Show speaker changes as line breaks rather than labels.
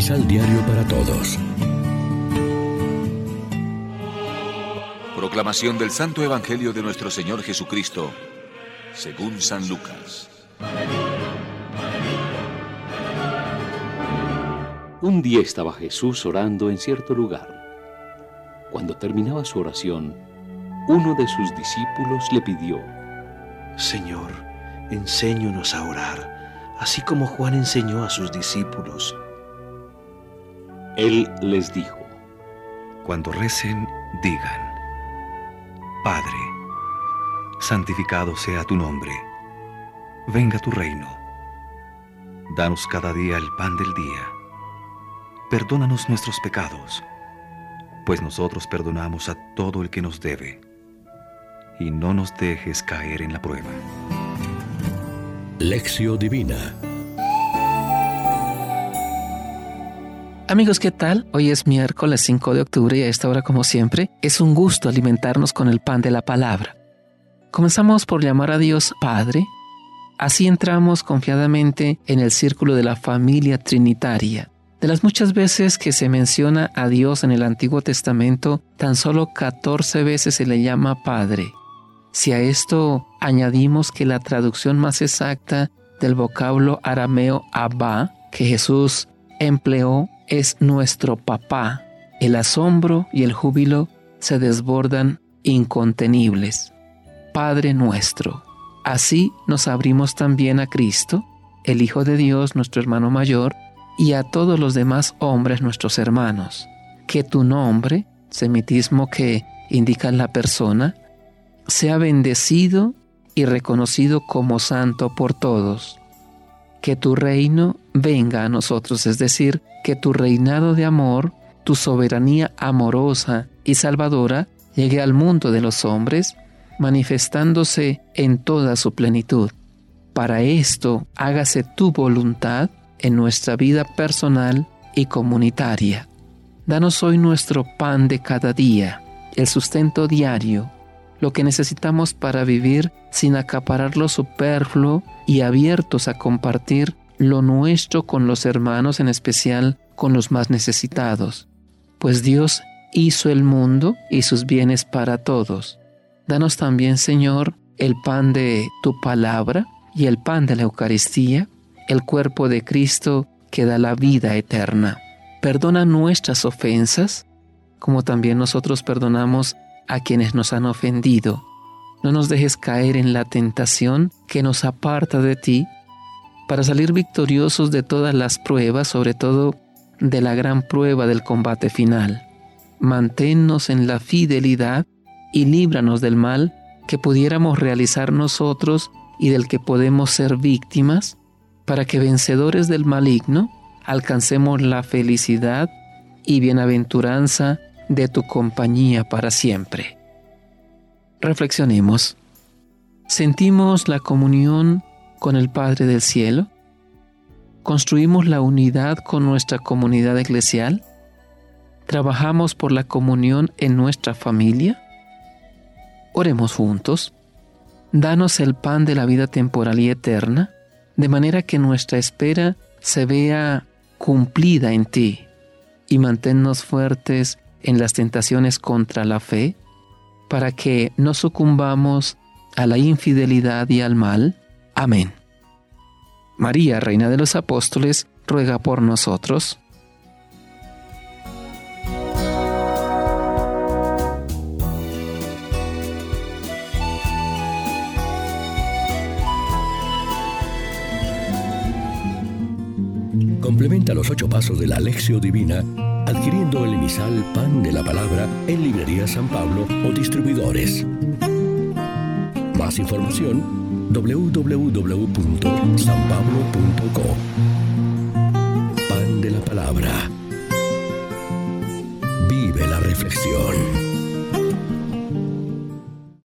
Misal Diario para Todos.
Proclamación del Santo Evangelio de nuestro Señor Jesucristo, según San Lucas.
Un día estaba Jesús orando en cierto lugar. Cuando terminaba su oración, uno de sus discípulos le pidió:
Señor, enséñanos a orar, así como Juan enseñó a sus discípulos.
Él les dijo:
Cuando recen, digan: Padre, santificado sea tu nombre, venga tu reino. Danos cada día el pan del día. Perdónanos nuestros pecados, pues nosotros perdonamos a todo el que nos debe. Y no nos dejes caer en la prueba.
Lección Divina.
Amigos, ¿qué tal? Hoy es miércoles 5 de octubre y a esta hora, como siempre, es un gusto alimentarnos con el pan de la palabra. Comenzamos por llamar a Dios Padre. Así entramos confiadamente en el círculo de la familia trinitaria. De las muchas veces que se menciona a Dios en el Antiguo Testamento, tan solo 14 veces se le llama Padre. Si a esto añadimos que la traducción más exacta del vocablo arameo Abba, que Jesús empleó, es nuestro papá, el asombro y el júbilo se desbordan incontenibles. Padre nuestro. Así nos abrimos también a Cristo, el Hijo de Dios, nuestro hermano mayor, y a todos los demás hombres, nuestros hermanos. Que tu nombre, semitismo que indica la persona, sea bendecido y reconocido como santo por todos. Que tu reino venga a nosotros, es decir, que tu reinado de amor, tu soberanía amorosa y salvadora llegue al mundo de los hombres, manifestándose en toda su plenitud. Para esto, hágase tu voluntad en nuestra vida personal y comunitaria. Danos hoy nuestro pan de cada día, el sustento diario, lo que necesitamos para vivir sin acaparar lo superfluo y abiertos a compartir lo nuestro con los hermanos, en especial con los más necesitados. Pues Dios hizo el mundo y sus bienes para todos. Danos también, Señor, el pan de tu palabra y el pan de la Eucaristía, el cuerpo de Cristo que da la vida eterna. Perdona nuestras ofensas, como también nosotros perdonamos a quienes nos han ofendido. No nos dejes caer en la tentación que nos aparta de ti, para salir victoriosos de todas las pruebas, sobre todo de la gran prueba del combate final. Manténnos en la fidelidad y líbranos del mal que pudiéramos realizar nosotros y del que podemos ser víctimas, para que vencedores del maligno alcancemos la felicidad y bienaventuranza de tu compañía para siempre. Reflexionemos. ¿Sentimos la comunión con el Padre del Cielo? ¿Construimos la unidad con nuestra comunidad eclesial? ¿Trabajamos por la comunión en nuestra familia? Oremos juntos. Danos el pan de la vida temporal y eterna, de manera que nuestra espera se vea cumplida en ti, y manténnos fuertes en las tentaciones contra la fe, para que no sucumbamos a la infidelidad y al mal. Amén. María, Reina de los Apóstoles, ruega por nosotros.
Complementa los 8 pasos de la Lección Divina adquiriendo el emisal Pan de la Palabra en Librería San Pablo o distribuidores. Más información: www.sanpablo.co. Pan de la Palabra. Vive la reflexión.